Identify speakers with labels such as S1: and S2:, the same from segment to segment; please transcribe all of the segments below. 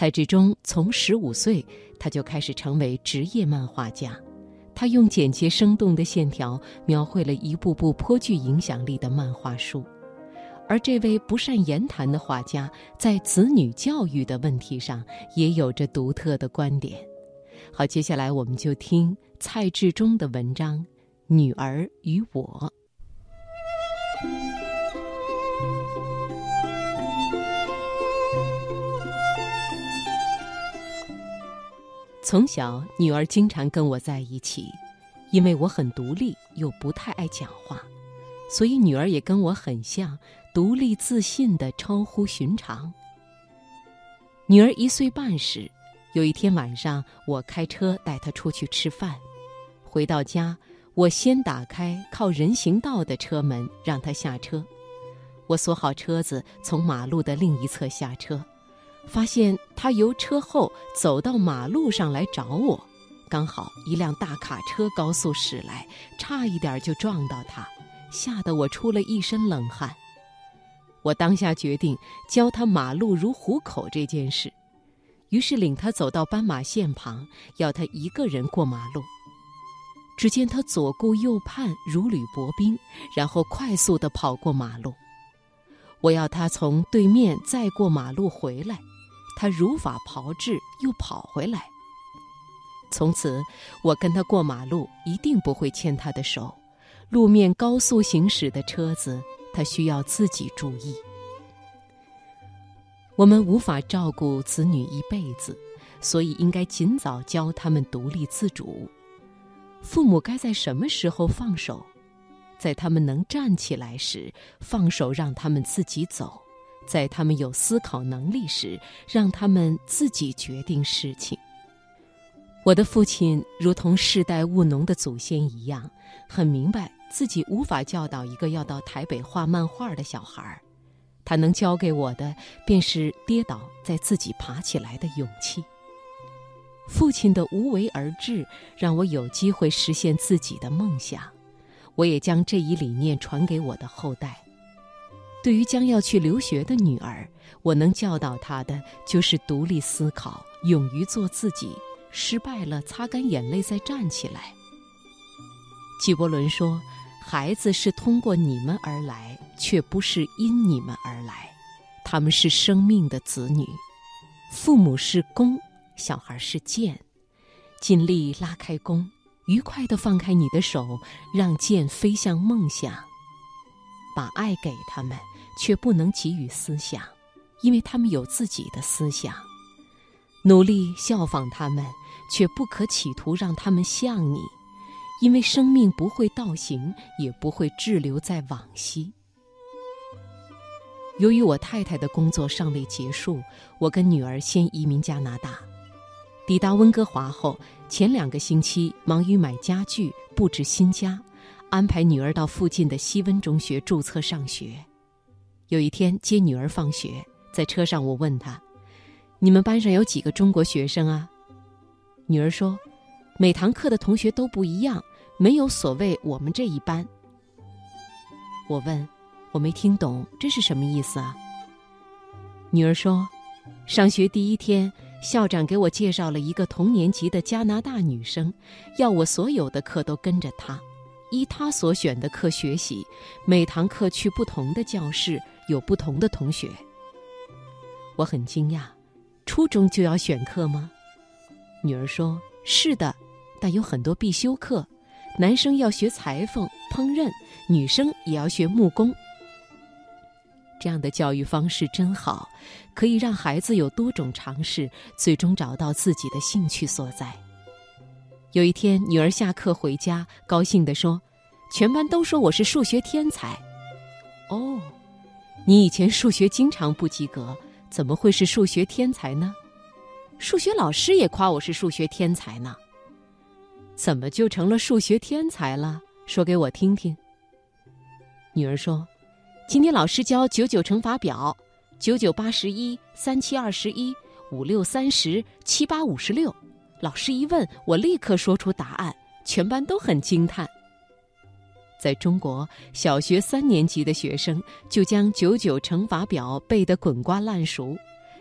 S1: 蔡志忠从15岁，他就开始成为职业漫画家。他用简洁生动的线条描绘了一部部颇具影响力的漫画书。而这位不善言谈的画家，在子女教育的问题上也有着独特的观点。好，接下来我们就听蔡志忠的文章《女儿与我》。从小，女儿经常跟我在一起，因为我很独立，又不太爱讲话，所以女儿也跟我很像，独立自信的超乎寻常。女儿1岁半时，有一天晚上，我开车带她出去吃饭。回到家，我先打开靠人行道的车门，让她下车。我锁好车子，从马路的另一侧下车，发现她由车后走到马路上来找我。刚好一辆大卡车高速驶来，差一点就撞到她，吓得我出了一身冷汗。我当下决定教她马路如虎口这件事，于是领她走到斑马线旁，要她一个人过马路。只见她左顾右盼，如履薄冰，然后快速地跑过马路。我要她从对面再过马路回来，她如法炮制，又跑回来。从此，我跟她过马路一定不会牵她的手，路面高速行驶的车子，她需要自己注意。我们无法照顾子女一辈子，所以应该尽早教他们独立自主。父母该在什么时候放手？在他们能站起来时，放手让他们自己走；在他们有思考能力时，让他们自己决定事情。我的父亲如同世代务农的祖先一样，很明白自己无法教导一个要到台北画漫画的小孩，他能教给我的便是跌倒再自己爬起来的勇气。父亲的无为而治让我有机会实现自己的梦想，我也将这一理念传给我的后代。对于将要去留学的女儿，我能教导她的就是独立思考，勇于做自己，失败了擦干眼泪再站起来。纪伯伦说，孩子是通过你们而来，却不是因你们而来，他们是生命的子女。父母是弓，小孩是箭，尽力拉开弓，愉快地放开你的手，让箭飞向梦想。把爱给他们，却不能给予思想，因为他们有自己的思想。努力效仿他们，却不可企图让他们像你，因为生命不会倒行，也不会滞留在往昔。由于我太太的工作尚未结束，我跟女儿先移民加拿大。抵达温哥华后，前2个星期忙于买家具、布置新家，安排女儿到附近的西温中学注册上学。有一天接女儿放学，在车上我问她，你们班上有几个中国学生啊？女儿说，每堂课的同学都不一样，没有所谓我们这一班。我问，我没听懂，这是什么意思啊？女儿说，上学第1天，校长给我介绍了一个同年级的加拿大女生，要我所有的课都跟着她，依她所选的课学习，每堂课去不同的教室，有不同的同学。我很惊讶，初中就要选课吗？女儿说，是的，但有很多必修课，男生要学裁缝、烹饪，女生也要学木工。这样的教育方式真好，可以让孩子有多种尝试，最终找到自己的兴趣所在。有一天，女儿下课回家，高兴地说，全班都说我是数学天才。哦，你以前数学经常不及格，怎么会是数学天才呢？数学老师也夸我是数学天才呢。怎么就成了数学天才了？说给我听听。女儿说，今天老师教99乘法表，99 81 37 21 56 30 78 56，老师一问，我立刻说出答案，全班都很惊叹。在中国，小学3年级的学生就将99乘法表背得滚瓜烂熟，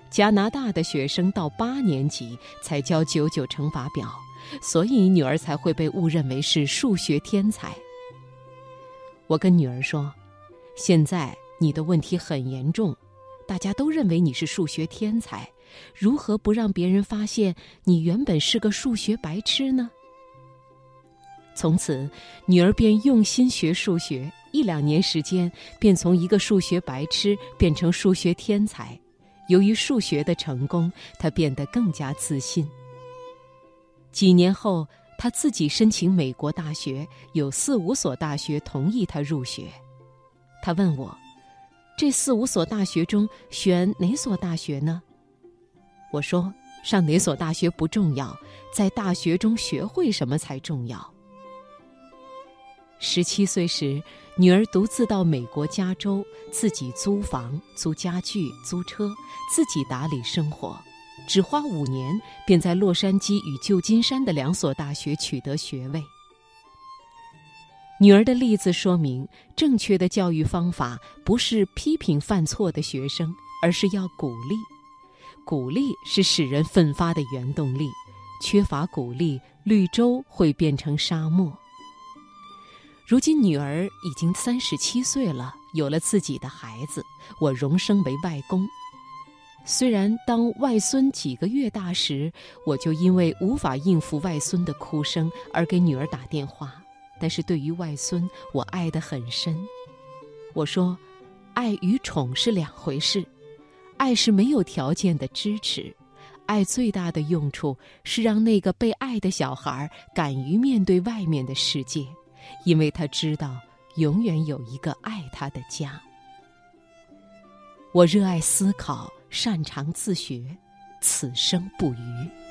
S1: 加拿大的学生到8年级才教99乘法表，所以女儿才会被误认为是数学天才。我跟女儿说，现在你的问题很严重，大家都认为你是数学天才，如何不让别人发现你原本是个数学白痴呢？从此，女儿便用心学数学，1、2年时间便从一个数学白痴变成数学天才。由于数学的成功，她变得更加自信。几年后，她自己申请美国大学，有4、5所大学同意她入学。她问我，这4、5所大学中选哪所大学呢？我说，上哪所大学不重要，在大学中学会什么才重要。17岁时，女儿独自到美国加州，自己租房、租家具、租车，自己打理生活，只花5年，便在洛杉矶与旧金山的2所大学取得学位。女儿的例子说明，正确的教育方法不是批评犯错的学生，而是要鼓励。鼓励是使人奋发的原动力，缺乏鼓励，绿洲会变成沙漠。如今女儿已经37岁了，有了自己的孩子，我荣升为外公。虽然当外孙几个月大时，我就因为无法应付外孙的哭声而给女儿打电话，但是对于外孙，我爱得很深。我说，爱与宠是2回事，爱是没有条件的支持，爱最大的用处是让那个被爱的小孩敢于面对外面的世界，因为他知道永远有一个爱他的家。我热爱思考，擅长自学，此生不渝。